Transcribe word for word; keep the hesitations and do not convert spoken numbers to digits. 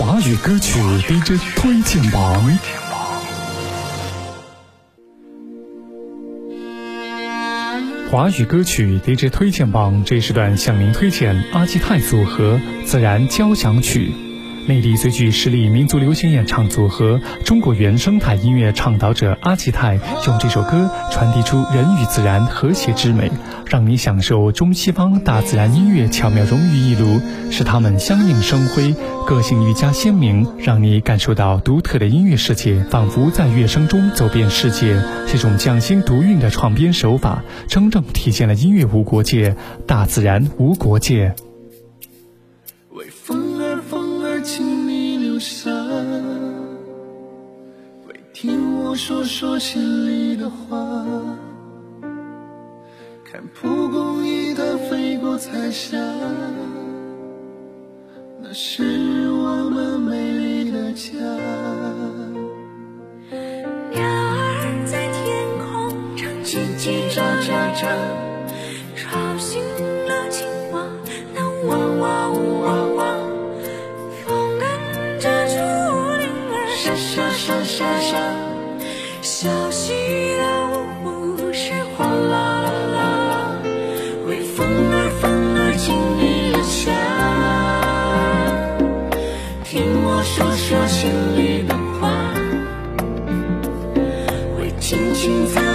华语歌曲 D J 推荐榜。华语歌曲 D J 推荐榜这时段向您推荐阿基泰组合《自然交响曲》。内地最具实力民族流行演唱组合，中国原生态音乐倡导者阿基泰用这首歌传递出人与自然和谐之美，让你享受中西方大自然音乐巧妙融于一炉，使它们相映生辉，个性愈加鲜明，让你感受到独特的音乐世界，仿佛在乐声中走遍世界。这种匠心独运的创编手法，真正体现了音乐无国界，大自然无国界。 为风儿风儿请你留下，为听我说说心里的话，看蒲公英它飞过彩霞，那是我们美丽的家。 鸟儿在天空唱叽叽喳喳喳，吵醒了青蛙，那汪汪汪汪，风跟着竹林儿沙沙沙沙沙，小溪的舞步是哗啦啦啦啦，为风儿风儿请你留下，听我说说心里的话，为轻轻在